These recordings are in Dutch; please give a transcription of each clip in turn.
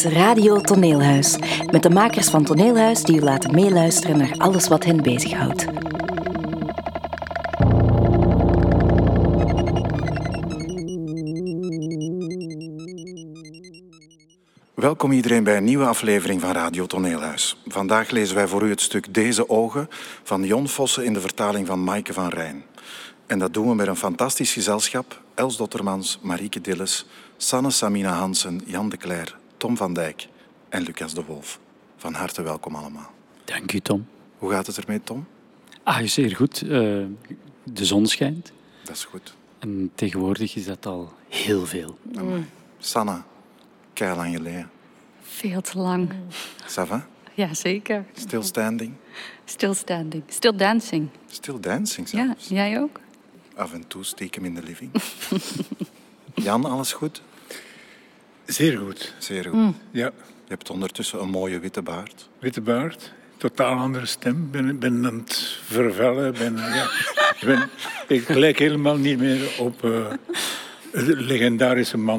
is Radio Toneelhuis. Met de makers van Toneelhuis die u laten meeluisteren naar alles wat hen bezighoudt. Welkom iedereen bij een nieuwe aflevering van Radio Toneelhuis. Vandaag lezen wij voor u het stuk Deze Ogen van Jon Fosse in de vertaling van Maaike van Rijn. En dat doen we met een fantastisch gezelschap. Els Dottermans, Marieke Dilles, Sanne Samina Hansen, Jan de Cler, Tom van Dijk en Lucas de Wolf. Van harte welkom allemaal. Dank u, Tom. Hoe gaat het ermee, Tom? Zeer goed. De zon schijnt. Dat is goed. En tegenwoordig is dat al heel veel. Sanne, keilang geleden. Veel te lang. Ça va? Ja, zeker. Still standing? Still standing. Still dancing. Still dancing Ja, zelfs. jij ook? Af en toe stiekem in de living. Jan, alles goed? Zeer goed. Zeer goed. Ja, Je hebt ondertussen een mooie witte baard. witte baard, totaal andere stem. Ben aan het vervellen. Ik lijk helemaal niet meer op de legendarische man.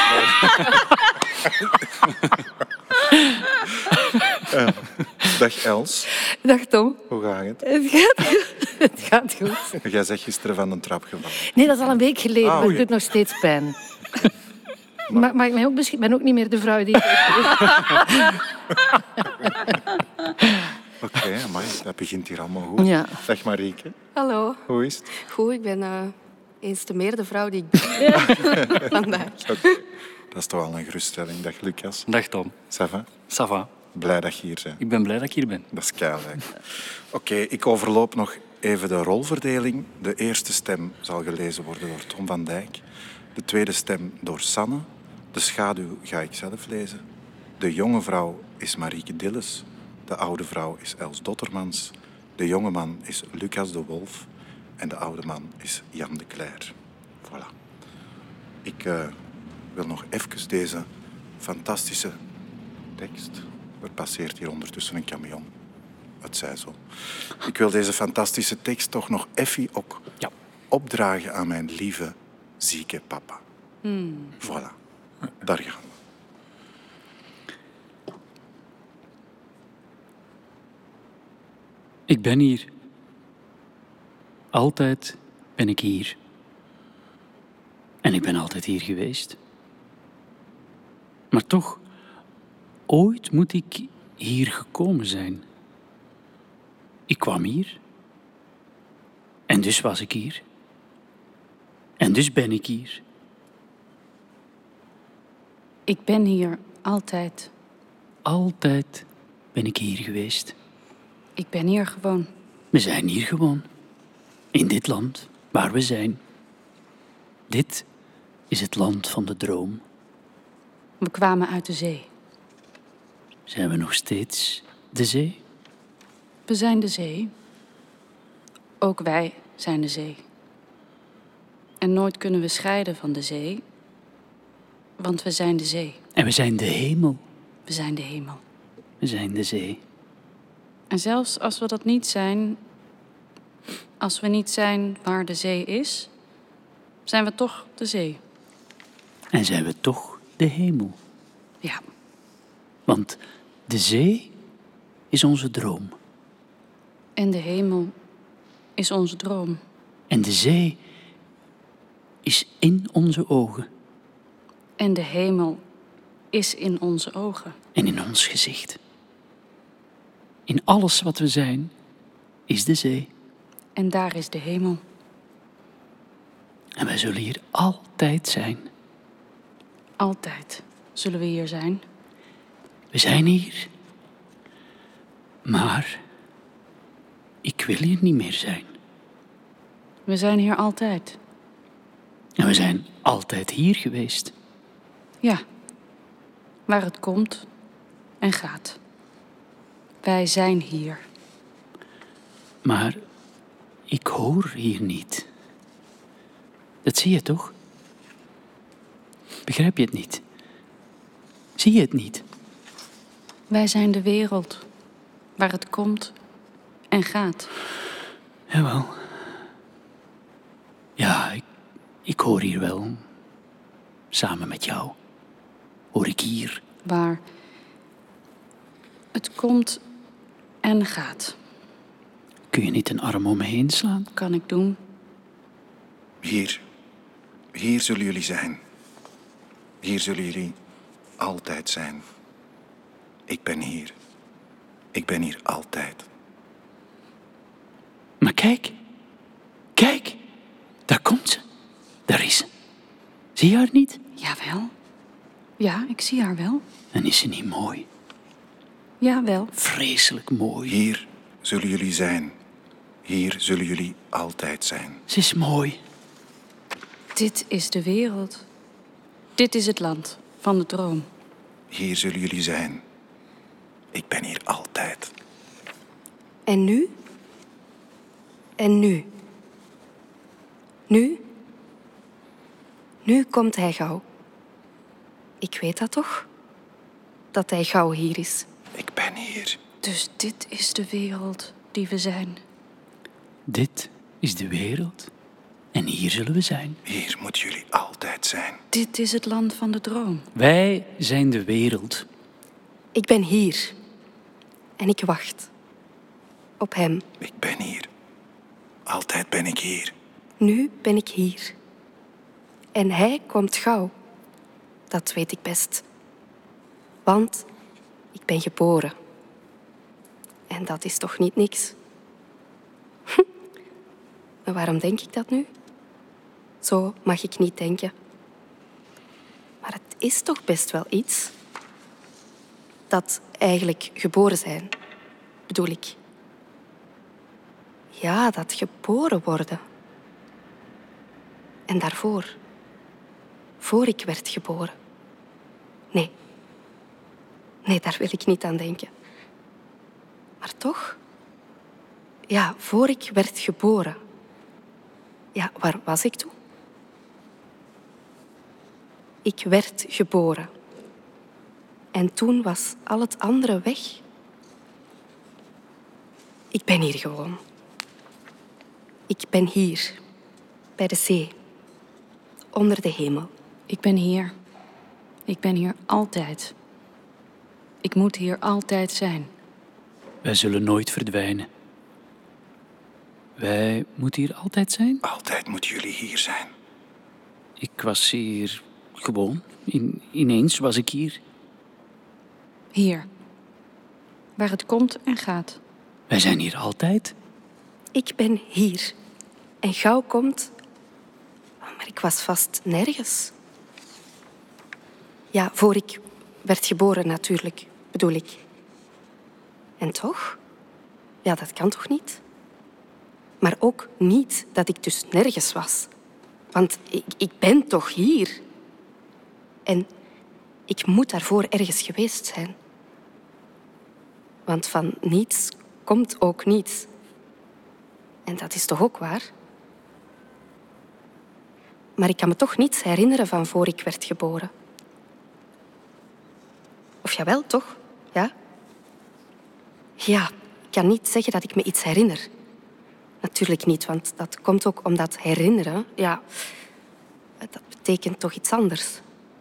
Dag Els, Dag Tom. hoe gaat het? Het gaat goed. Jij zegt gisteren van een trap gevallen. Nee, dat is al een week geleden, maar oei. het doet nog steeds pijn. Mag ik mij ook beschikken? Ik ben ook niet meer de vrouw die... Oké, amai, dat begint hier allemaal goed. Ja. Dag Marieke, Hallo. hoe is het? Goed, ik ben eens te meer de vrouw die ik ben vandaag. Oké. Dat is toch wel een geruststelling. Dag Lucas. Dag, Tom. Ça va? Ça va. Blij dat je hier bent. Ik ben blij dat ik hier ben. Dat is keileuk. Oké, ik overloop nog even de rolverdeling. De eerste stem zal gelezen worden door Tom van Dijk. De tweede stem door Sanne. De schaduw ga ik zelf lezen. De jonge vrouw is Marieke Dilles. De oude vrouw is Els Dottermans. De jonge man is Lucas de Wolf. En de oude man is Jan de Cler. Voilà. Ik wil nog even deze fantastische tekst. Er passeert hier ondertussen een camion. Het zij zo. Ik wil deze fantastische tekst toch nog even ook opdragen aan mijn lieve, zieke papa. Voilà. Daar gaan we. Ik ben hier. Altijd ben ik hier. En ik ben altijd hier geweest. Maar toch, ooit moet ik hier gekomen zijn. Ik kwam hier. En dus was ik hier. En dus ben ik hier. Ik ben hier altijd. Altijd ben ik hier geweest. Ik ben hier gewoon. We zijn hier gewoon. In dit land waar we zijn. Dit is het land van de droom. We kwamen uit de zee. Zijn we nog steeds de zee? We zijn de zee. Ook wij zijn de zee. En nooit kunnen we scheiden van de zee, want we zijn de zee. En we zijn de hemel. We zijn de hemel. We zijn de zee. En zelfs als we dat niet zijn, als we niet zijn waar de zee is, zijn we toch de zee. En zijn we toch de hemel. Ja, Want de zee is onze droom. en de hemel is onze droom. En de zee is in onze ogen. En de hemel is in onze ogen. En in ons gezicht. In alles wat we zijn, is de zee. En daar is de hemel. En wij zullen hier altijd zijn. Altijd zullen we hier zijn. We zijn hier. Maar ik wil hier niet meer zijn. We zijn hier altijd. En we zijn altijd hier geweest. Ja, waar het komt en gaat. Wij zijn hier. Maar ik hoor hier niet. Dat zie je toch? Begrijp je het niet? Zie je het niet? Wij zijn de wereld waar het komt en gaat. Jawel. Ja, ik hoor hier wel. Samen met jou hoor ik hier waar het komt en gaat. Kun je niet een arm om me heen slaan? Kan ik doen. Hier. Hier zullen jullie zijn. Hier zullen jullie altijd zijn. Ik ben hier. Ik ben hier altijd. Maar kijk. Kijk. Daar komt ze. Daar is ze. Zie je haar niet? Jawel. Ja, ik zie haar wel. En is ze niet mooi? Jawel. Vreselijk mooi. Hier zullen jullie zijn. Hier zullen jullie altijd zijn. Ze is mooi. Dit is de wereld. Dit is het land van de droom. Hier zullen jullie zijn. Ik ben hier altijd. En nu? En nu? Nu? Nu komt hij gauw. Ik weet dat toch? Dat hij gauw hier is. Ik ben hier. Dus dit is de wereld die we zijn. Dit is de wereld. En hier zullen we zijn. Hier moeten jullie altijd zijn. Dit is het land van de droom. Wij zijn de wereld. Ik ben hier. En ik wacht. Op hem. Ik ben hier. Altijd ben ik hier. Nu ben ik hier. En hij komt gauw. Dat weet ik best. Want ik ben geboren. En dat is toch niet niks? En waarom denk ik dat nu? Zo mag ik niet denken. Maar het is toch best wel iets. Dat eigenlijk geboren zijn, bedoel ik. Ja, dat geboren worden. En daarvoor. Voor ik werd geboren. Nee. Nee, daar wil ik niet aan denken. Maar toch? Ja, voor ik werd geboren. Ja, waar was ik toen? Ik werd geboren. En toen was al het andere weg. Ik ben hier gewoon. Ik ben hier. Bij de zee. Onder de hemel. Ik ben hier. Ik ben hier altijd. Ik moet hier altijd zijn. Wij zullen nooit verdwijnen. Wij moeten hier altijd zijn. Altijd moeten jullie hier zijn. Ik was hier gewoon. Ineens was ik hier. Hier. Waar het komt en gaat. Wij zijn hier altijd. Ik ben hier. En gauw komt... Maar ik was vast nergens. Ja, voor ik werd geboren natuurlijk, bedoel ik. En toch? Ja, dat kan toch niet? Maar ook niet dat ik dus nergens was. Want ik ben toch hier? En ik moet daarvoor ergens geweest zijn. Want van niets komt ook niets. En dat is toch ook waar? Maar ik kan me toch niets herinneren van voor ik werd geboren. Of jawel, toch? Ja? Ja, ik kan niet zeggen dat ik me iets herinner. Natuurlijk niet, want dat komt ook omdat herinneren, ja, dat betekent toch iets anders.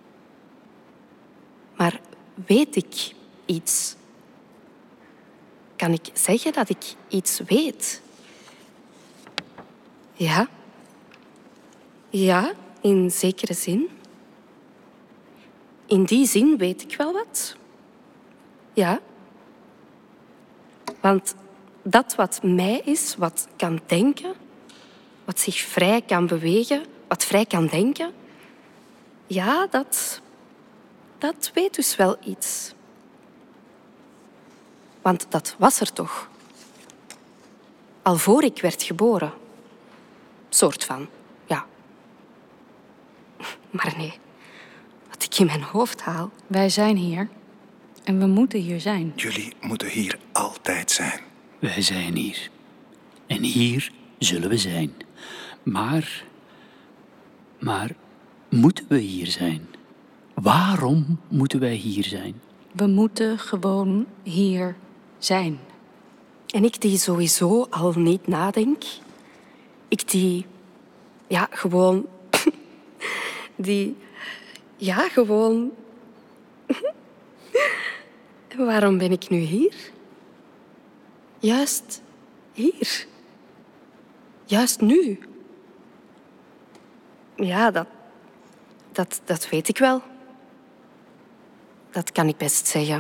Maar weet ik iets? Kan ik zeggen dat ik iets weet? Ja. Ja, in zekere zin. In die zin weet ik wel wat. Ja. Want dat wat mij is, wat kan denken, wat zich vrij kan bewegen, wat vrij kan denken, ja, dat weet dus wel iets. Want dat was er toch. Al voor ik werd geboren. Soort van, ja. Maar nee, wat ik in mijn hoofd haal. Wij zijn hier. En we moeten hier zijn. Jullie moeten hier altijd zijn. Wij zijn hier. En hier zullen we zijn. Maar moeten we hier zijn? Waarom moeten wij hier zijn? We moeten gewoon hier zijn. En ik die sowieso al niet nadenk. Ik die, ja, gewoon... die, ja, gewoon... Waarom ben ik nu hier? Juist hier. Juist nu. Ja, dat weet ik wel. Dat kan ik best zeggen.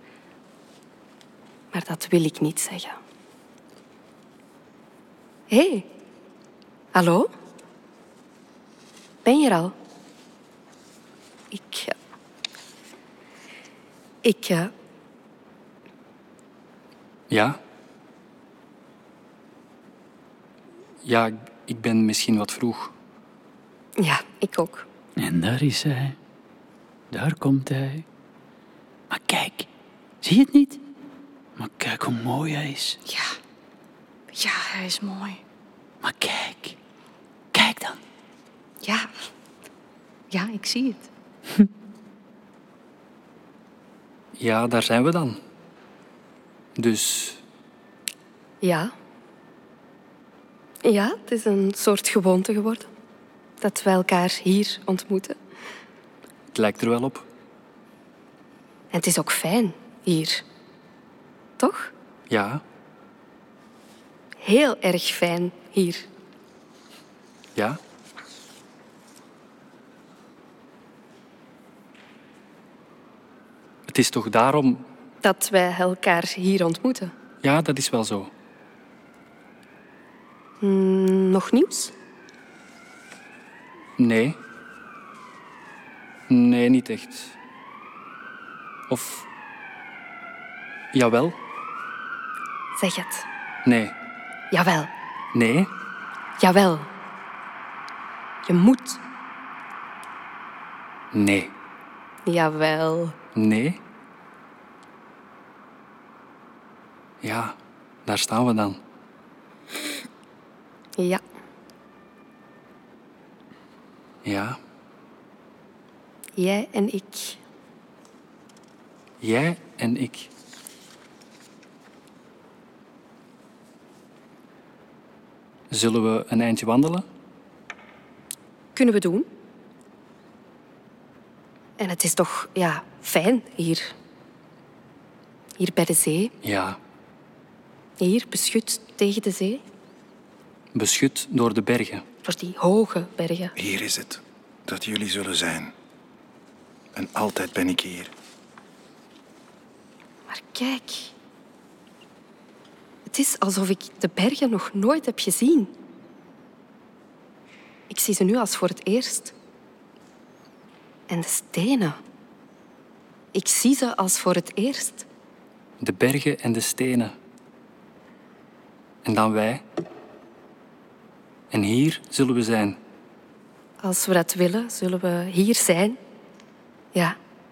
Maar dat wil ik niet zeggen. Hé, hallo? Ben je er al? Ja? Ja, ik ben misschien wat vroeg. Ja, ik ook. En daar is hij. Daar komt hij. Maar kijk, zie je het niet? Maar kijk hoe mooi hij is. Ja, hij is mooi. Maar kijk, kijk dan. Ja, ik zie het. Ja, daar zijn we dan. Dus Ja. Ja, het is een soort gewoonte geworden. Dat we elkaar hier ontmoeten. het lijkt er wel op. En het is ook fijn hier. Toch? Ja, Heel erg fijn hier. ja. Het is toch daarom... Dat wij elkaar hier ontmoeten. Ja, dat is wel zo. Nog nieuws? Nee. Nee, niet echt. Of... Jawel. Zeg het. Nee. Jawel. Nee. Jawel. Je moet. Nee. Jawel. Nee. Ja, daar staan we dan. Ja. Ja. Jij en ik. Jij en ik. Zullen we een eindje wandelen? Kunnen we doen. En het is toch, ja, fijn hier. Hier bij de zee. Ja. Hier, beschut tegen de zee. Beschut door de bergen. Door die hoge bergen. Hier is het, dat jullie zullen zijn. En altijd ben ik hier. Maar kijk. Het is alsof ik de bergen nog nooit heb gezien. Ik zie ze nu als voor het eerst. En de stenen. Ik zie ze als voor het eerst. De bergen en de stenen. En dan wij. En hier zullen we zijn. Als we dat willen, zullen we hier zijn. Ja.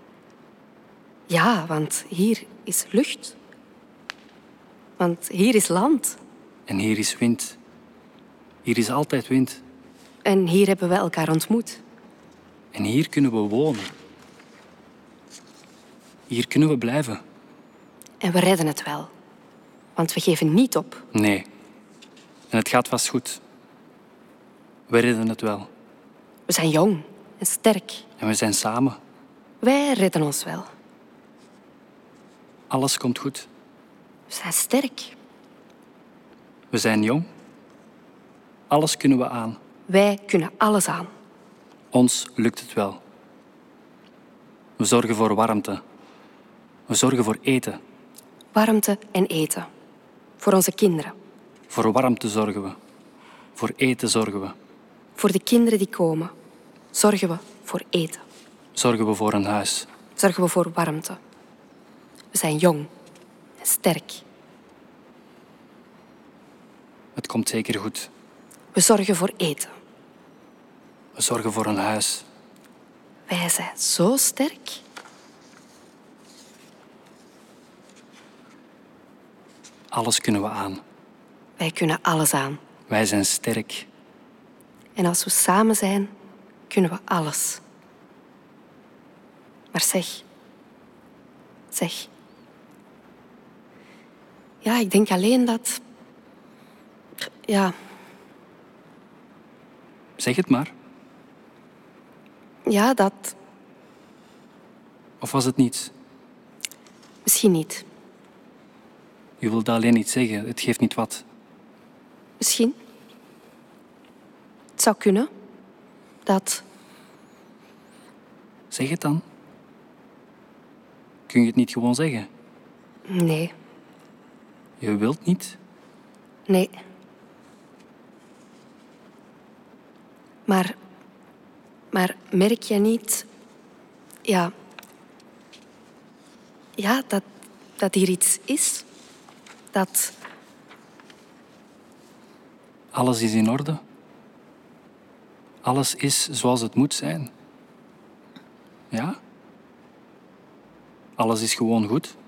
Ja, want hier is lucht. Want hier is land. En hier is wind. Hier is altijd wind. En hier hebben we elkaar ontmoet. En hier kunnen we wonen. Hier kunnen we blijven. En we redden het wel. Want we geven niet op. Nee. En het gaat vast goed. We redden het wel. We zijn jong en sterk. En we zijn samen. Wij redden ons wel. Alles komt goed. We zijn sterk. We zijn jong. Alles kunnen we aan. Wij kunnen alles aan. Ons lukt het wel. We zorgen voor warmte. We zorgen voor eten. Warmte en eten. Voor onze kinderen. Voor warmte zorgen we. Voor eten zorgen we. Voor de kinderen die komen. Zorgen we voor eten. Zorgen we voor een huis. Zorgen we voor warmte. We zijn jong en sterk. Het komt zeker goed. We zorgen voor eten. We zorgen voor een huis. Wij zijn zo sterk. Alles kunnen we aan. Wij kunnen alles aan. Wij zijn sterk. En als we samen zijn, kunnen we alles. Maar zeg. Zeg. Ja, ik denk alleen dat... Ja, Zeg het maar. ja, dat... Of was het niets? Misschien niet. Je wilt alleen niet zeggen. Het geeft niet wat. Misschien. Het zou kunnen. Dat... Zeg het dan. Kun je het niet gewoon zeggen? Nee. Je wilt niet? Nee. Maar merk je niet... Ja... Ja, dat hier iets is. Dat... Alles is in orde. Alles is zoals het moet zijn. Ja? Alles is gewoon goed.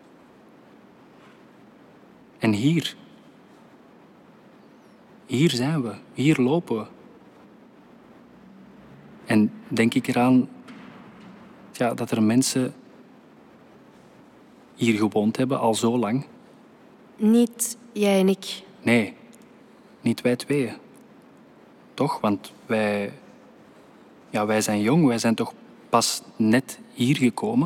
En hier. Hier zijn we. Hier lopen we. En denk ik eraan dat er mensen hier gewoond hebben al zo lang. Niet jij en ik. Nee, niet wij tweeën. Toch? Want wij zijn jong. Wij zijn toch pas net hier gekomen.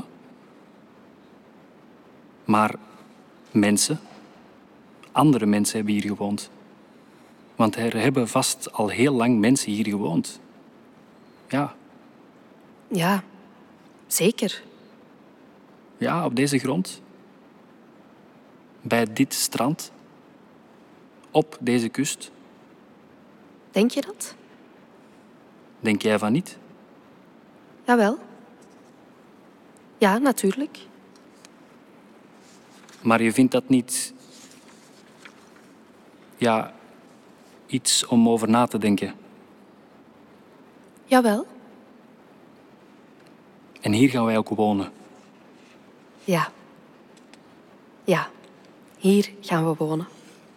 Maar mensen, andere mensen hebben hier gewoond. Want er hebben vast al heel lang mensen hier gewoond. Ja, Ja, zeker. ja, op deze grond. Bij dit strand. Op deze kust. Denk je dat? Denk jij van niet? Jawel. Ja, natuurlijk. Maar je vindt dat niet... Ja, iets om over na te denken. Jawel. En hier gaan wij ook wonen. Ja. Ja. Hier gaan we wonen.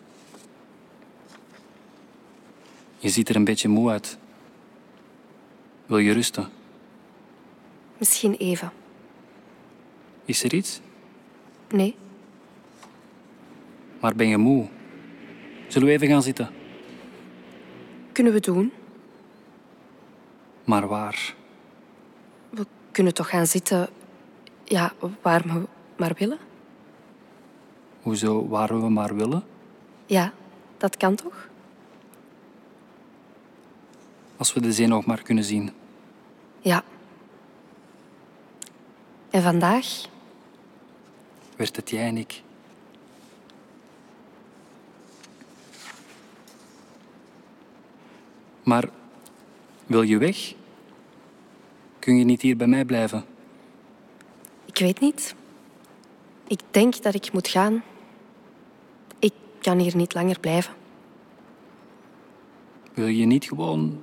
Je ziet er een beetje moe uit. Wil je rusten? Misschien even. Is er iets? Nee. Maar ben je moe? Zullen we even gaan zitten? Kunnen we doen. Maar waar? We kunnen toch gaan zitten... Ja, waar we maar willen. Hoezo, waar we maar willen? Ja, dat kan toch? Als we de zee nog maar kunnen zien. Ja. En vandaag... Werd het jij en ik. Maar wil je weg? Kun je niet hier bij mij blijven? Ik weet niet. Ik denk dat ik moet gaan. Ik kan hier niet langer blijven. Wil je niet gewoon...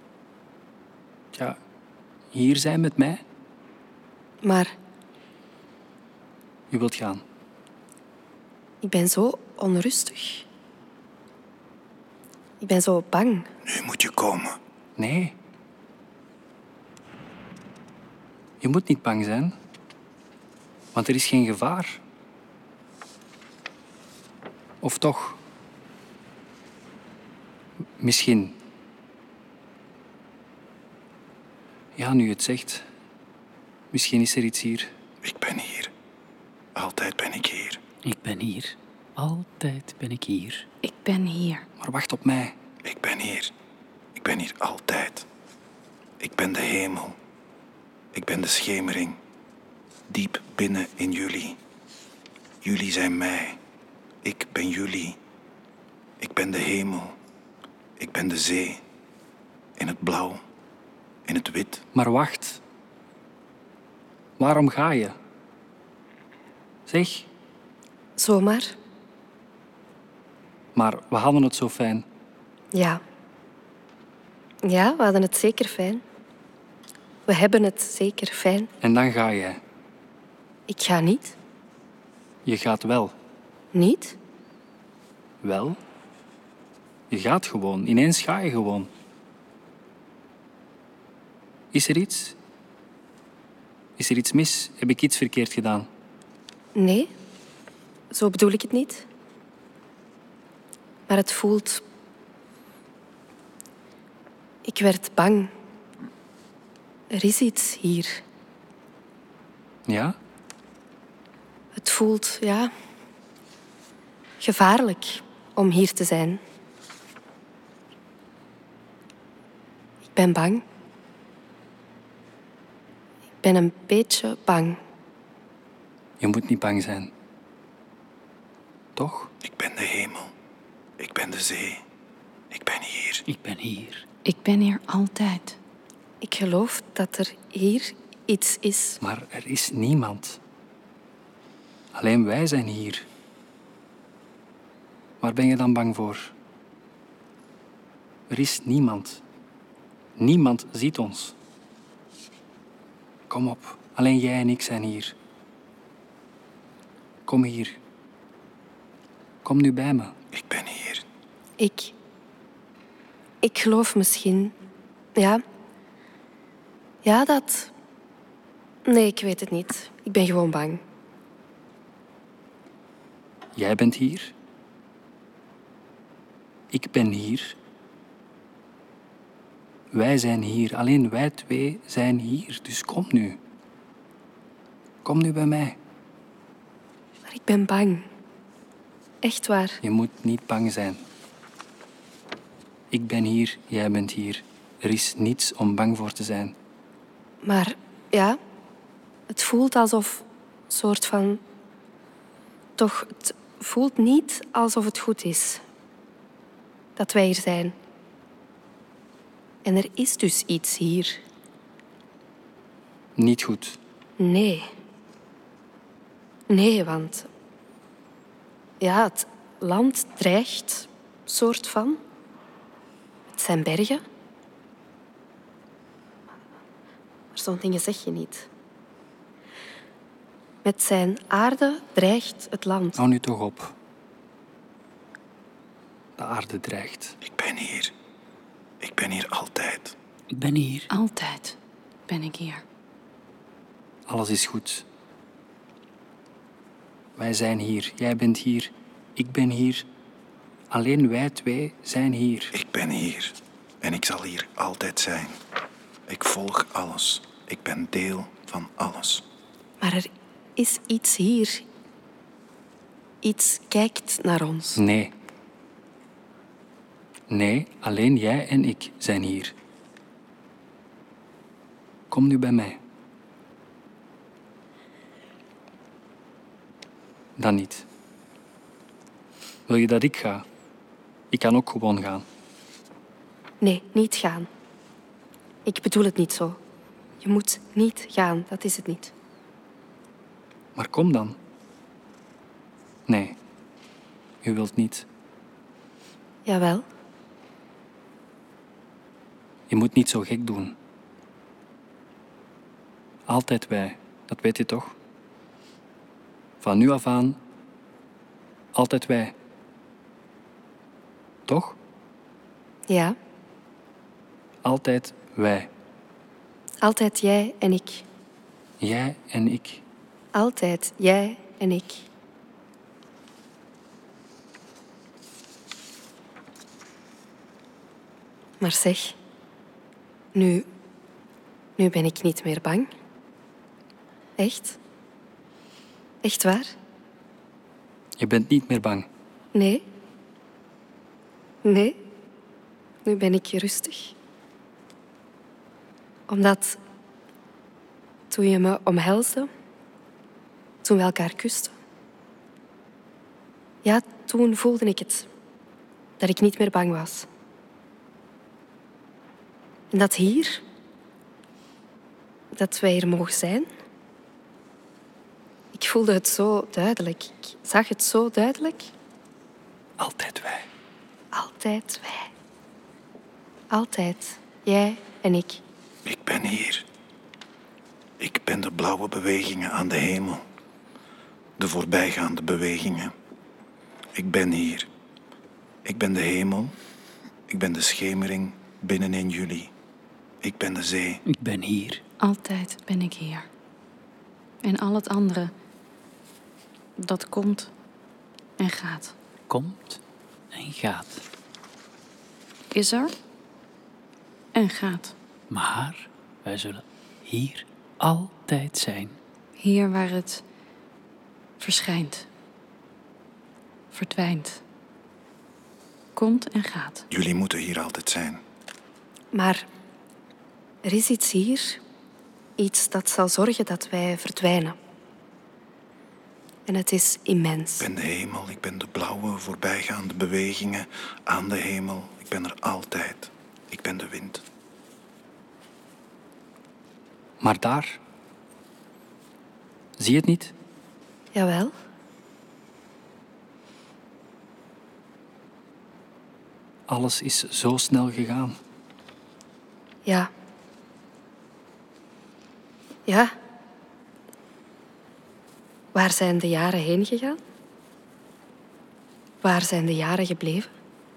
hier zijn met mij? Maar Je wilt gaan. ik ben zo onrustig. Ik ben zo bang. Nu moet je komen. Nee. Je moet niet bang zijn. Want er is geen gevaar. Of toch? Misschien. Ja, nu je het zegt. Misschien is er iets hier. Ik ben hier. Altijd ben ik hier. Ik ben hier. Altijd ben ik hier. Ik ben hier. Maar wacht op mij. Ik ben hier. Ik ben hier altijd. Ik ben de hemel. Ik ben de schemering. Diep binnen in jullie. Jullie zijn mij. Ik ben jullie. Ik ben de hemel. Ik ben de zee. In het blauw. In het wit. Maar wacht. Waarom ga je? Zeg, Zomaar. maar we hadden het zo fijn. Ja. Ja, we hadden het zeker fijn. We hebben het zeker fijn. En dan ga jij. Ik ga niet. Je gaat wel. Niet? Wel? Je gaat gewoon. Ineens ga je gewoon. Is er iets? Is er iets mis? Heb ik iets verkeerd gedaan? Nee, zo bedoel ik het niet. Maar het voelt... Ik werd bang. Er is iets hier. Ja? Het Het voelt, ja, gevaarlijk om hier te zijn. Ik ben bang. Ik ben een beetje bang. Je moet niet bang zijn. Toch? Ik ben de hemel. Ik ben de zee. Ik ben hier. Ik ben hier. Ik ben hier altijd. Ik geloof dat er hier iets is. Maar er is niemand. Alleen wij zijn hier. Waar ben je dan bang voor? Er is niemand. Niemand ziet ons. Kom op, alleen jij en ik zijn hier. Kom hier. Kom nu bij me. Ik ben hier. Ik geloof misschien. Ja. Ja, dat. Nee, ik weet het niet. Ik ben gewoon bang. Jij bent hier. Ik ben hier. Wij zijn hier. Alleen wij twee zijn hier. Dus kom nu. Kom nu bij mij. Maar ik ben bang. Echt waar. Je moet niet bang zijn. Ik ben hier, jij bent hier. Er is niets om bang voor te zijn. Maar ja, het voelt alsof een soort van. Toch, het voelt niet alsof het goed is dat wij hier zijn. En er is dus iets hier. Niet goed. Nee. Nee, want. Ja, het land dreigt, soort van. Het zijn bergen. Maar zo'n dingen zeg je niet. Met zijn aarde dreigt het land. Hou nu toch op. De aarde dreigt. Ik ben hier. Ik ben hier altijd. Ik ben hier. Altijd ben ik hier. Alles is goed. Wij zijn hier. Jij bent hier. Ik ben hier. Alleen wij twee zijn hier. Ik ben hier. En ik zal hier altijd zijn. Ik volg alles. Ik ben deel van alles. Maar er is iets hier. Iets kijkt naar ons. Nee. Nee, alleen jij en ik zijn hier. Kom nu bij mij. Dan niet. Wil je dat ik ga? Ik kan ook gewoon gaan. Nee, niet gaan. Ik bedoel het niet zo. Je moet niet gaan, dat is het niet. Maar kom dan. Nee, u wilt niet. Jawel. Je moet niet zo gek doen. Altijd wij, dat weet je toch? Van nu af aan, altijd wij. Toch? Ja, Altijd wij. altijd jij en ik. Jij en ik. Altijd jij en ik. Maar zeg, nu ben ik niet meer bang. Echt? Echt waar? Je bent niet meer bang. Nee? Nee? Nu ben ik rustig. Omdat toen je me omhelsde, toen we elkaar kusten, ja, toen voelde ik het. Dat ik niet meer bang was. En dat hier, dat wij hier mogen zijn, ik voelde het zo duidelijk. Ik zag het zo duidelijk. Altijd wij. Altijd wij. Altijd jij en ik. Ik ben hier. Ik ben de blauwe bewegingen aan de hemel. De voorbijgaande bewegingen. Ik ben hier. Ik ben de hemel. Ik ben de schemering binnenin jullie. Ik ben de zee. Ik ben hier. Altijd ben ik hier. En al het andere, dat komt en gaat. Komt en gaat. Is er en gaat. Maar wij zullen hier altijd zijn. Hier waar het verschijnt, verdwijnt, komt en gaat. Jullie moeten hier altijd zijn. Maar er is iets hier, iets dat zal zorgen dat wij verdwijnen. En het is immens. Ik ben de hemel, ik ben de blauwe voorbijgaande bewegingen aan de hemel. Ik ben er altijd. Ik ben de wind. Maar daar... Zie je het niet? Jawel. Alles is zo snel gegaan. Ja. Ja. Waar zijn de jaren heen gegaan? Waar zijn de jaren gebleven?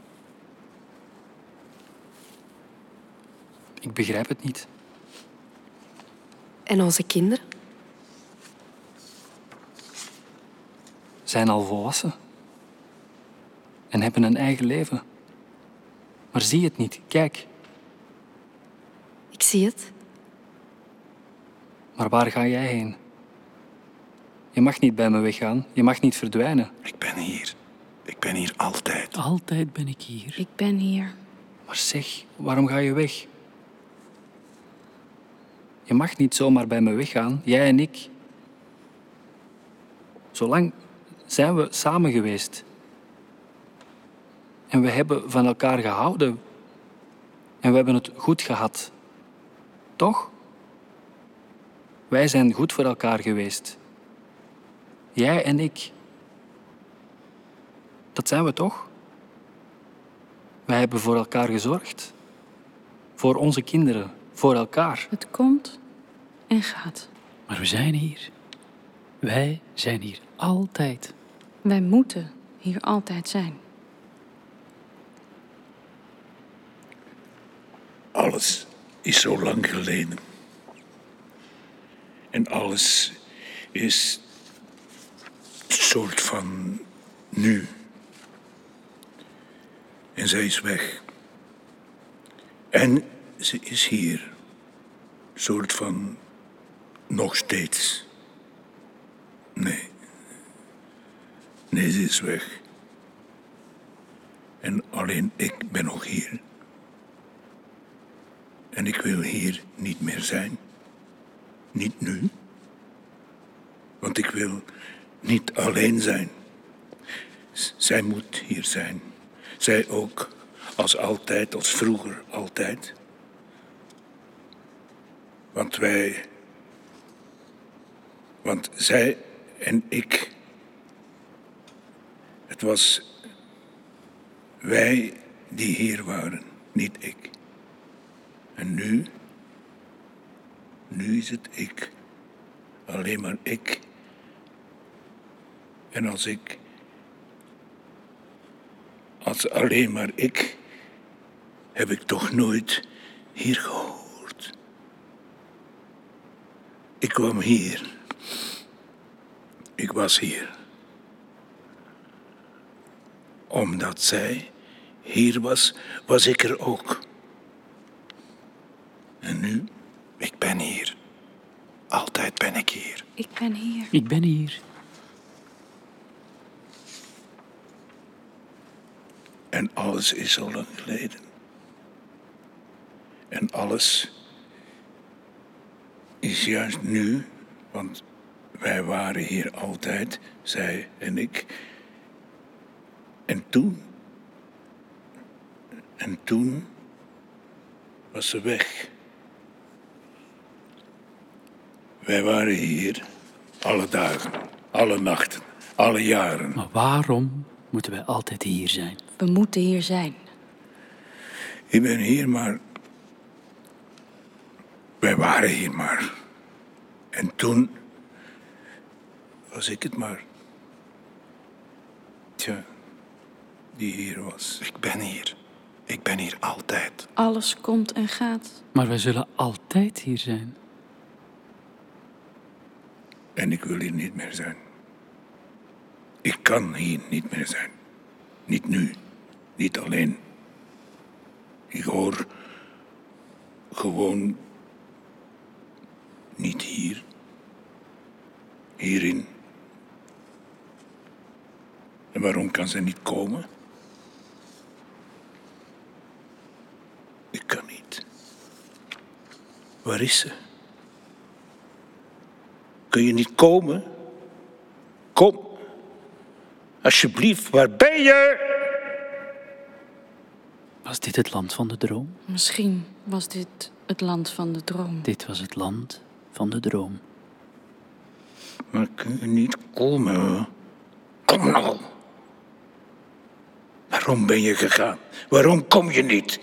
Ik begrijp het niet. En onze kinderen? Zijn al volwassen. En hebben een eigen leven. Maar zie het niet. Kijk. Ik zie het. Maar waar ga jij heen? Je mag niet bij me weggaan. Je mag niet verdwijnen. Ik ben hier. Ik ben hier altijd. Altijd ben ik hier. Ik ben hier. Maar zeg, waarom ga je weg? Je mag niet zomaar bij me weggaan, jij en ik. Zolang zijn we samen geweest. En we hebben van elkaar gehouden. En we hebben het goed gehad. Toch? Wij zijn goed voor elkaar geweest. Jij en ik. Dat zijn we toch? Wij hebben voor elkaar gezorgd. Voor onze kinderen. Voor elkaar. Het komt en gaat. Maar we zijn hier. Wij zijn hier altijd. Wij moeten hier altijd zijn. Alles is zo lang geleden. En alles is een soort van nu. En zij is weg. En ze is hier. Een soort van nog steeds. Nee. Nee, ze is weg. En alleen ik ben nog hier. En ik wil hier niet meer zijn. Niet nu. Want ik wil niet alleen zijn. Zij moet hier zijn. Zij ook. Als altijd, als vroeger altijd. Want zij en ik. Het was wij die hier waren, niet ik. En nu is het ik. Alleen maar ik. En als alleen maar ik, heb ik toch nooit hier gehoord. Ik kwam hier. Ik was hier. Omdat zij hier was, was ik er ook. En nu? Ik ben hier. Altijd ben ik hier. Ik ben hier. Ik ben hier. En alles is zo lang geleden. En alles is juist nu, want wij waren hier altijd, zij en ik. En toen was ze weg. Wij waren hier alle dagen, alle nachten, alle jaren. Maar waarom moeten wij altijd hier zijn? We moeten hier zijn. Ik ben hier maar. Wij waren hier maar. En toen was ik het maar. Tja, die hier was. Ik ben hier. Ik ben hier altijd. Alles komt en gaat. Maar wij zullen altijd hier zijn. En ik wil hier niet meer zijn. Ik kan hier niet meer zijn. Niet nu. Niet alleen. Ik hoor gewoon niet hier. Hierin. En waarom kan ze niet komen? Ik kan niet. Waar is ze? Kun je niet komen? Kom. Alsjeblieft, waar ben je? Was dit het land van de droom? Misschien was dit het land van de droom. Dit was het land van de droom. Maar kun je niet komen? Kom nou. Waarom ben je gegaan? Waarom kom je niet?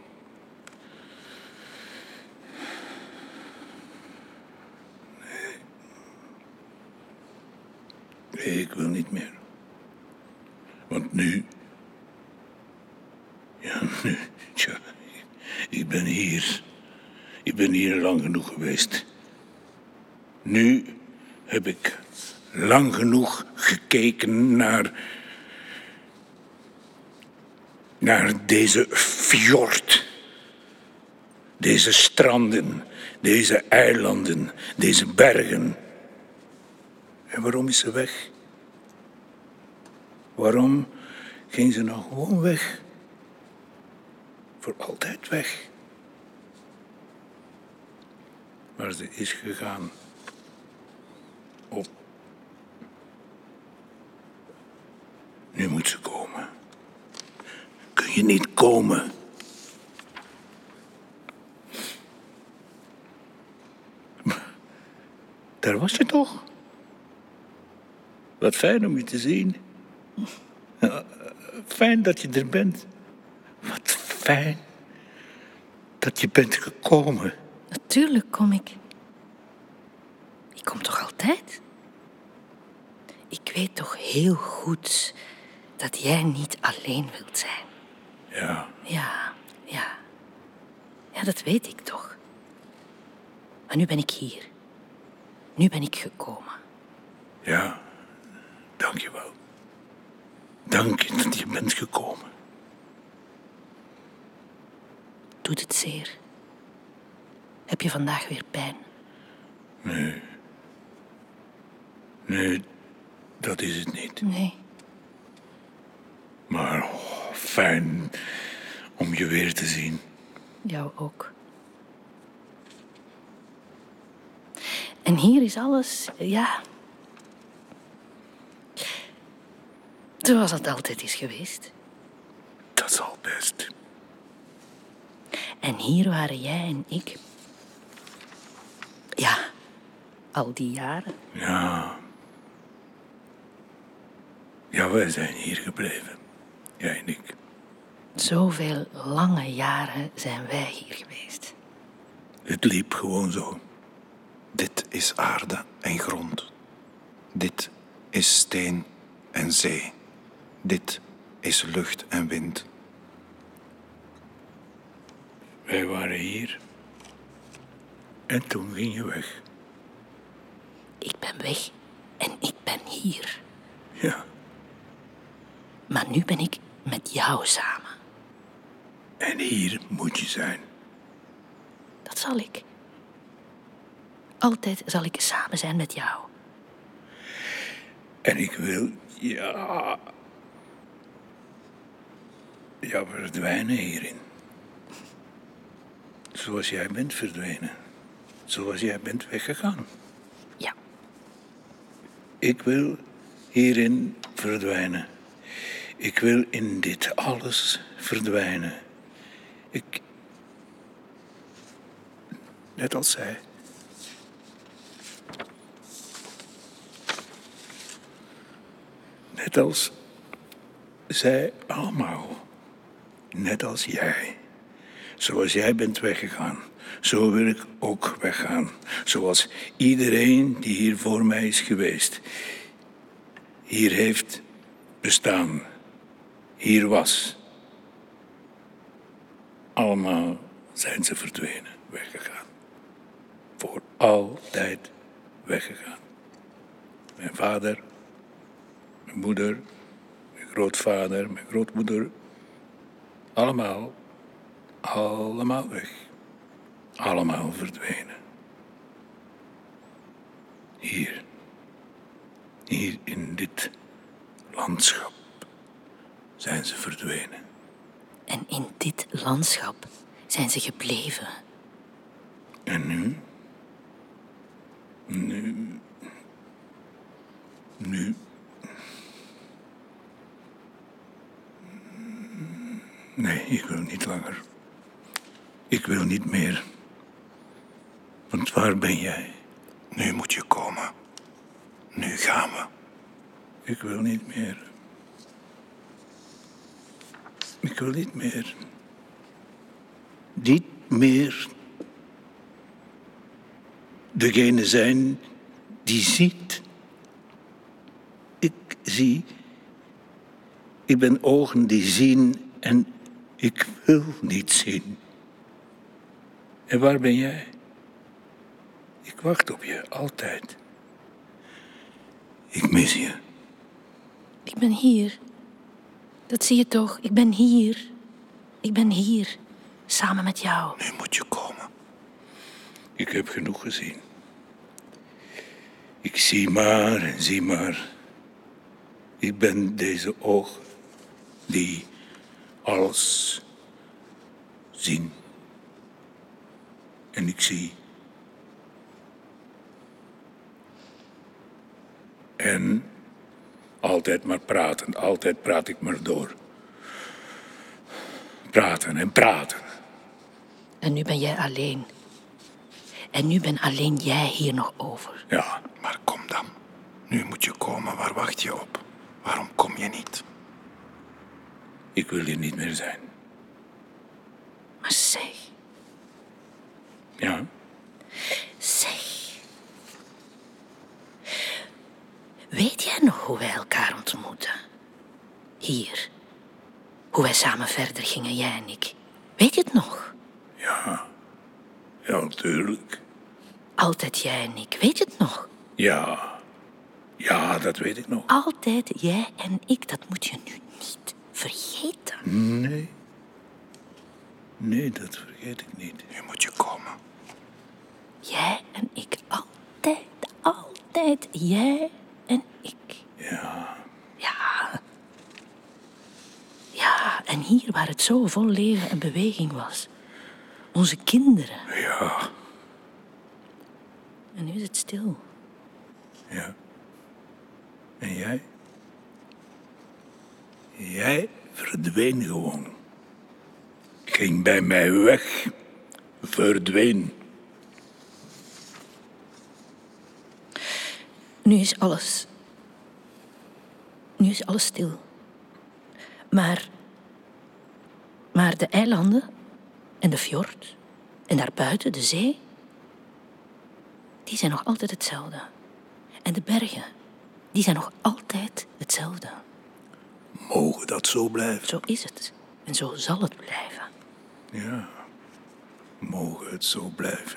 Nee, ik wil niet meer. Want nu... Ja, nu... Tja, ik ben hier. Ik ben hier lang genoeg geweest. Nu heb ik lang genoeg gekeken naar deze fjord. Deze stranden, deze eilanden, deze bergen. En waarom is ze weg? Waarom ging ze nou gewoon weg? Voor altijd weg. Maar ze is gegaan. Op. Nu moet ze komen. Kun je niet komen? Daar was je toch? Wat fijn om je te zien. Ja, fijn dat je er bent. Wat fijn dat je bent gekomen. Natuurlijk kom ik. Ik kom toch altijd? Ik weet toch heel goed dat jij niet alleen wilt zijn. Ja, Ja, dat weet ik toch. Maar nu ben ik hier. Nu ben ik gekomen. ja. Dank je wel. Dank je dat je bent gekomen. Doet het zeer? Heb je vandaag weer pijn? Nee, dat is het niet. Nee. Maar fijn om je weer te zien. Jou ook. En hier is alles, zoals het altijd is geweest. Dat zal best. En hier waren jij en ik. Ja, al die jaren. Ja. Ja, wij zijn hier gebleven. Jij en ik. Zoveel lange jaren zijn wij hier geweest. Het liep gewoon zo. Dit is aarde en grond. Dit is steen en zee. Dit is lucht en wind. Wij waren hier. En toen ging je weg. Ik ben weg en ik ben hier. Ja. Maar nu ben ik met jou samen. En hier moet je zijn. Dat zal ik. Altijd zal ik samen zijn met jou. En ik wil... Ja... Ja, verdwijnen hierin. Zoals jij bent verdwenen. Zoals jij bent weggegaan. Ja. Ik wil hierin verdwijnen. Ik wil in dit alles verdwijnen. Net als zij. Net als zij allemaal. Net als jij. Zoals jij bent weggegaan. Zo wil ik ook weggaan. Zoals iedereen die hier voor mij is geweest. Hier heeft bestaan. Hier was. Allemaal zijn ze verdwenen, weggegaan. Voor altijd weggegaan. Mijn vader, mijn moeder, mijn grootvader, mijn grootmoeder. Allemaal weg. Allemaal verdwenen. Hier in dit landschap. zijn ze verdwenen. En in dit landschap zijn ze gebleven. En nu? Nu? Nee, ik wil niet langer. Ik wil niet meer. Want waar ben jij? Nu moet je komen. Nu gaan we. Ik wil niet meer. Ik wil niet meer. Niet meer degene zijn die ziet. Ik zie. Ik ben ogen die zien en ik wil niet zien. En waar ben jij? Ik wacht op je, altijd. Ik mis je. Ik ben hier. Dat zie je toch? Ik ben hier. Ik ben hier. Samen met jou. Nu moet je komen. Ik heb genoeg gezien. Ik zie maar en zie maar. Ik ben deze ogen die alles zien. En ik zie. En altijd maar praten, altijd praat ik maar door. Praten en praten. En nu ben jij alleen. En nu ben alleen jij hier nog over. Ja, Maar kom dan. Nu moet je komen. Waar wacht je op? Waarom kom je niet? ik wil hier niet meer zijn. Maar zeg, Ja, zeg. Weet jij nog hoe wij elkaar ontmoetten? Hier. Hoe wij samen verder gingen, jij en ik. Weet je het nog? ja, natuurlijk. Altijd jij en ik. Weet je het nog? Ja, dat weet ik nog. Altijd jij en ik. Dat moet je nu niet vergeten. Nee, dat vergeet ik niet. Nu moet je komen. Jij en ik. Altijd jij en ik. Ja, Ja, en hier waar het zo vol leven en beweging was. Onze kinderen. ja, En nu is het stil. ja. En jij? Jij verdween gewoon. Ging bij mij weg. Verdween. Nu is alles stil. Maar de eilanden en de fjord en daarbuiten de zee, die zijn nog altijd hetzelfde. En de bergen, die zijn nog altijd hetzelfde. Mogen dat zo blijven? Zo is het. En zo zal het blijven. Ja, mogen het zo blijven.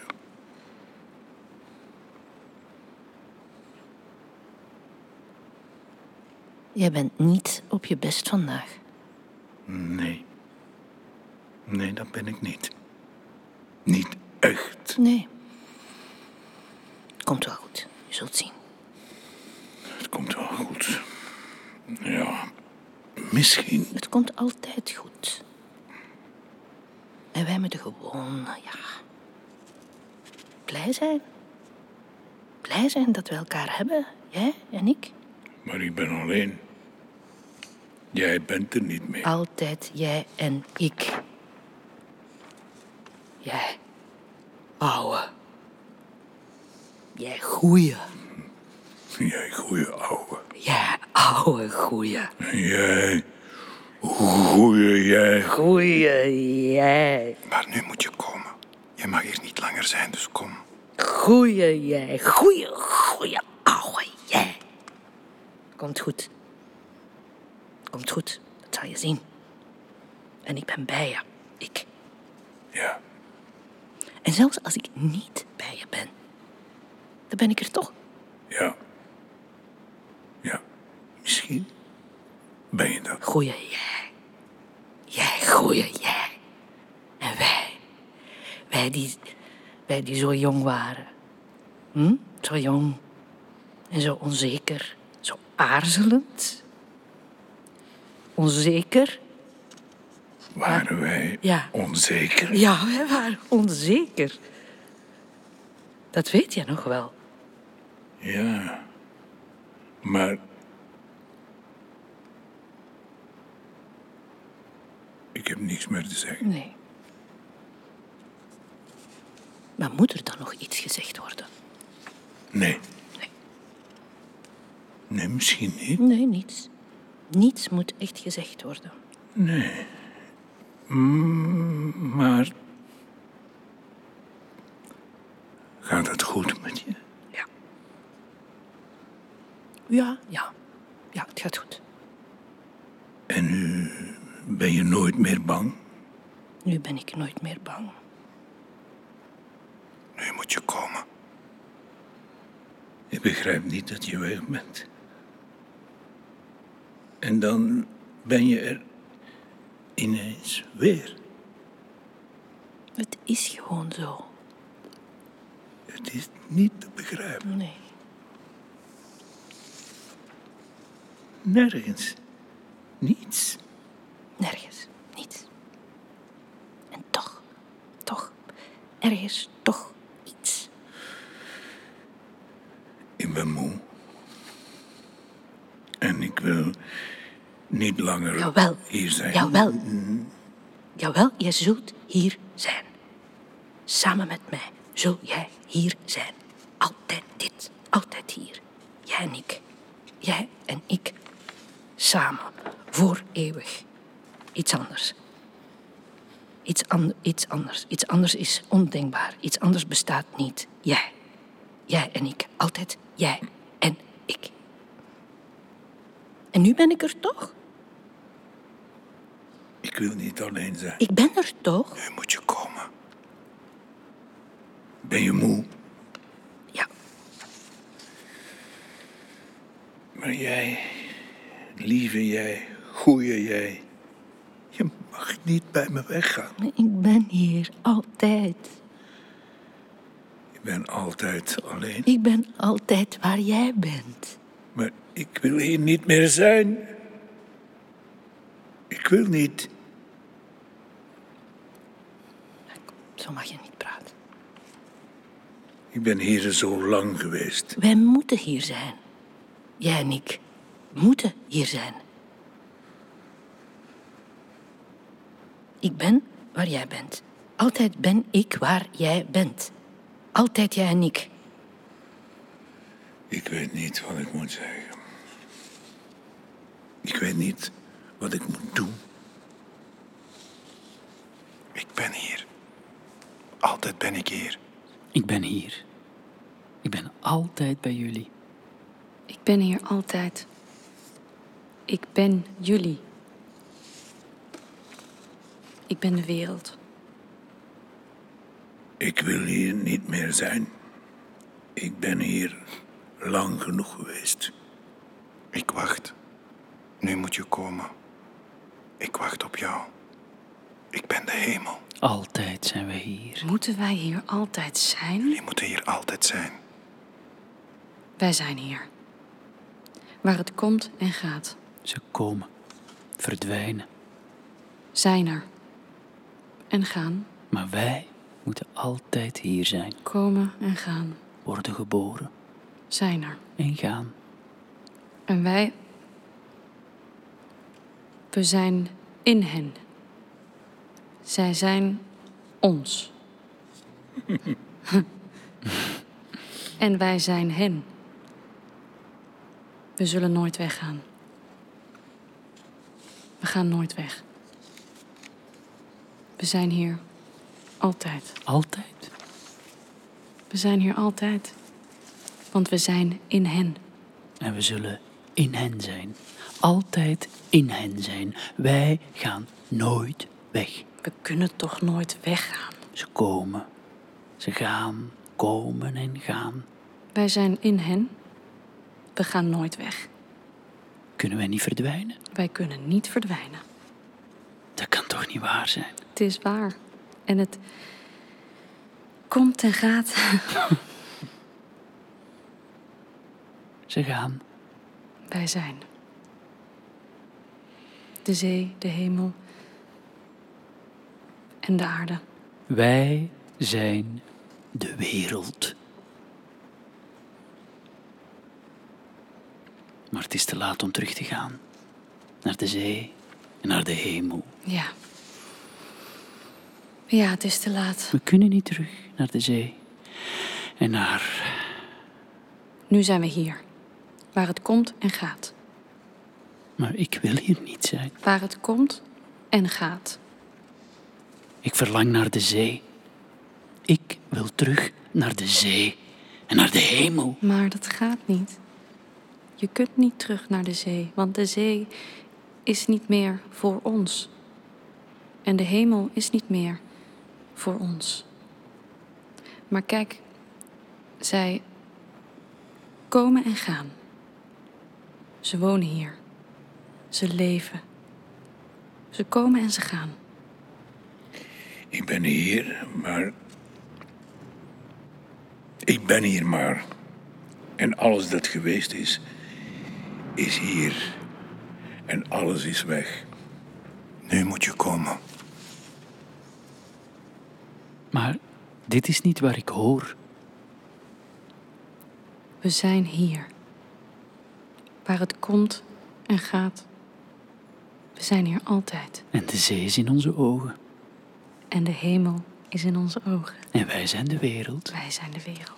Jij bent niet op je best vandaag. Nee. Nee, dat ben ik niet. Niet echt. Nee. Komt wel goed. Je zult zien. Het komt wel goed. Ja, misschien. Het komt altijd goed. En wij moeten gewoon, blij zijn. Blij zijn dat we elkaar hebben, jij en ik. Maar ik ben alleen. Jij bent er niet meer. Altijd jij en ik. Jij, ouwe. Jij goeie. Jij goeie ouwe. Jij ouwe goeie. En jij, goeie jij. Goeie jij. Maar nu moet je komen. Je mag hier niet langer zijn, dus kom. Goeie jij. Goeie ouwe jij. Komt goed. Komt goed. Dat zal je zien. En ik ben bij je. Ik. Ja, En zelfs als ik niet bij je ben, dan ben ik er toch. ja. Ja, misschien ben je dat. Goeie jij. Jij goeie jij. En wij die zo jong waren. Zo jong en zo onzeker, zo aarzelend. onzeker. Waren wij Ja. onzeker? Ja, wij waren onzeker. Dat weet je nog wel. Ja. Maar... ik heb niks meer te zeggen. Nee. Maar moet er dan nog iets gezegd worden? Nee. Nee. Nee, misschien niet. Nee, niets. Niets moet echt gezegd worden. Nee. Maar... gaat het goed met je? Ja. Ja, ja. Ja, het gaat goed. En nu ben je nooit meer bang? Nu ben ik nooit meer bang. Nu moet je komen. Ik begrijp niet dat je weg bent. En dan ben je er ineens weer. Het is gewoon zo. Het is niet te begrijpen. Nee. Nergens. Niets. Nergens. Niets. En toch, ergens toch iets. Ik ben moe. En ik wil niet langer Jawel. hier zijn. Jawel. Jawel, je zult hier zijn. Samen met mij zul jij hier zijn. Altijd dit, altijd hier. Jij en ik. Jij en ik. Samen. Voor eeuwig. Iets anders. Iets anders. Iets anders is ondenkbaar. Iets anders bestaat niet. Jij. Jij en ik. Altijd jij en ik. En nu ben ik er toch? Ik wil niet alleen zijn. Ik ben er toch? Nu moet je komen. Ben je moe? Ja. Maar jij, lieve jij, goeie jij, je mag niet bij me weggaan. Ik ben hier altijd. Ik ben altijd alleen. Ik ben altijd waar jij bent. Maar ik wil hier niet meer zijn. Ik wil niet. Zo mag je niet praten. Ik ben hier zo lang geweest. Wij moeten hier zijn. Jij en ik moeten hier zijn. Ik ben waar jij bent. Altijd ben ik waar jij bent. Altijd jij en ik. Ik weet niet wat ik moet zeggen. Ik weet niet wat ik moet doen. Ik ben hier. Altijd ben ik hier. Ik ben hier. Ik ben altijd bij jullie. Ik ben hier altijd. Ik ben jullie. Ik ben de wereld. Ik wil hier niet meer zijn. Ik ben hier lang genoeg geweest. Ik wacht. Nu moet je komen. Ik wacht op jou. Ik ben de hemel. Altijd zijn we hier. Moeten wij hier altijd zijn? Jullie moeten hier altijd zijn. Wij zijn hier. Waar het komt en gaat. Ze komen, verdwijnen. Zijn er. En gaan. Maar wij moeten altijd hier zijn. Komen en gaan. Worden geboren Zijn er. en gaan. En wij... We zijn in hen. Zij zijn ons. En wij zijn hen. We zullen nooit weggaan. We gaan nooit weg. We zijn hier altijd. Altijd. We zijn hier altijd. Want we zijn in hen. En we zullen in hen zijn. Altijd in hen zijn. Wij gaan nooit weg. We kunnen toch nooit weggaan. Ze komen. Ze gaan, komen en gaan. Wij zijn in hen. We gaan nooit weg. Kunnen wij niet verdwijnen? Wij kunnen niet verdwijnen. Dat kan toch niet waar zijn? Het is waar. En het komt en gaat. Ze gaan. Wij zijn. de zee, de hemel en de aarde. Wij zijn de wereld. Maar het is te laat om terug te gaan. Naar de zee en naar de hemel. Ja. Ja, het is te laat. We kunnen niet terug naar de zee. En naar... Nu zijn we hier. Waar het komt en gaat. Maar ik wil hier niet zijn. Waar het komt en gaat. Ik verlang naar de zee. Ik wil terug naar de zee en naar de hemel. Maar dat gaat niet. Je kunt niet terug naar de zee, want de zee is niet meer voor ons. En de hemel is niet meer voor ons. Maar kijk, zij komen en gaan. Ze wonen hier. Ze leven. Ze komen en ze gaan. Ik ben hier, maar... Ik ben hier maar. En alles dat geweest is, is hier. En alles is weg. Nu moet je komen. Maar dit is niet waar ik hoor. We zijn hier. Waar het komt en gaat. We zijn hier altijd. En de zee is in onze ogen. En de hemel is in onze ogen. En wij zijn de wereld. Wij zijn de wereld.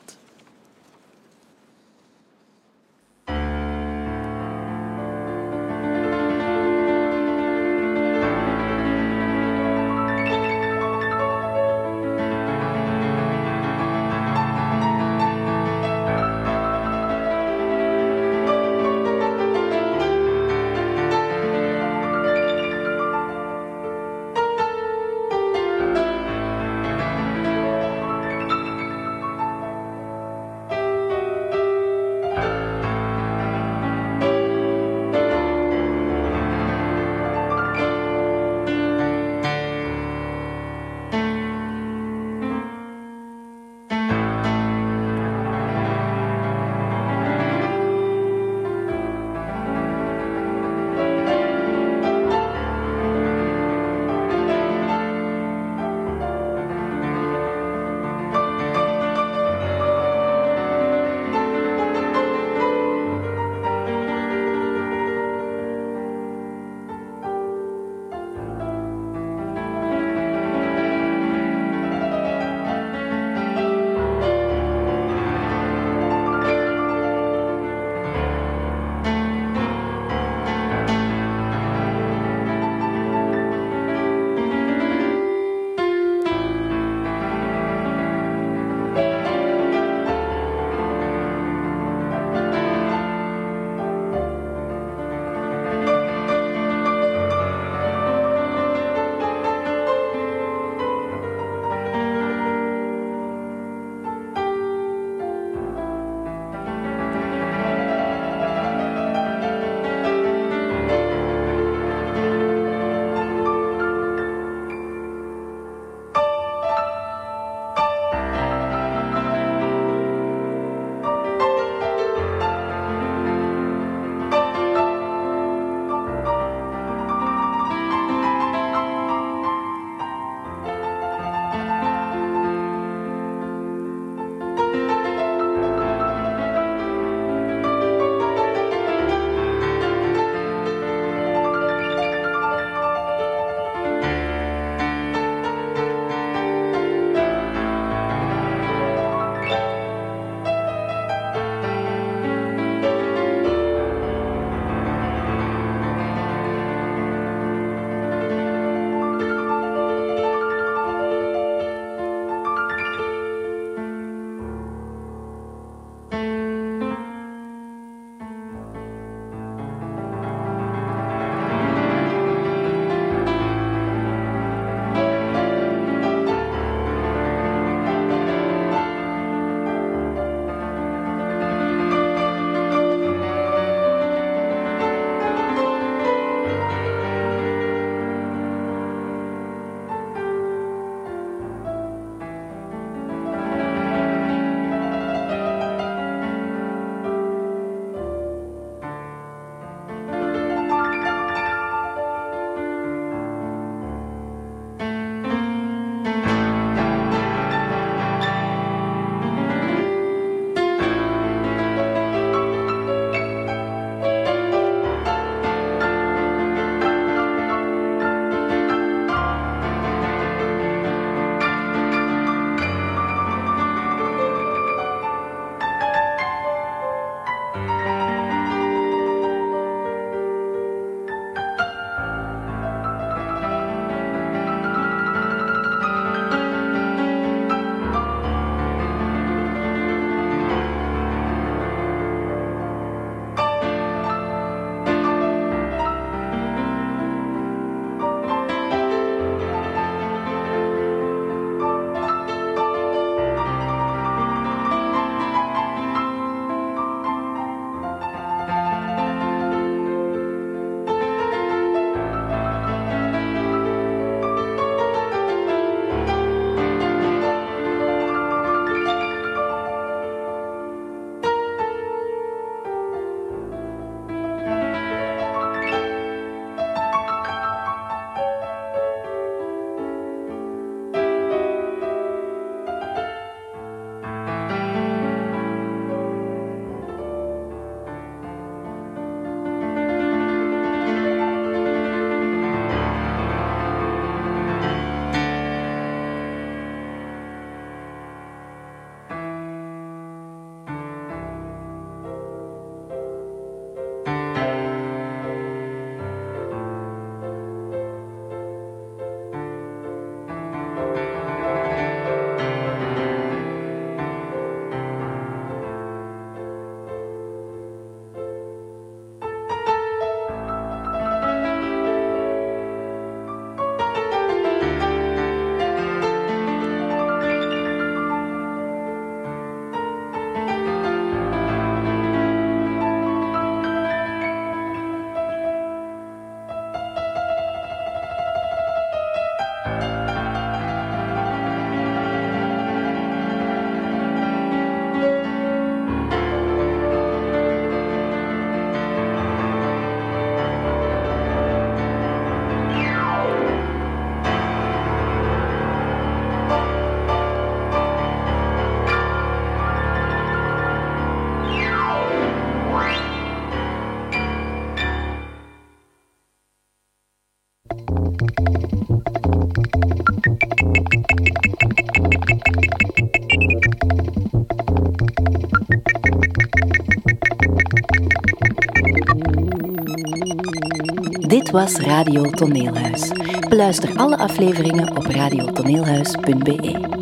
Dit was Radio Toneelhuis. Beluister alle afleveringen op radiotoneelhuis.be.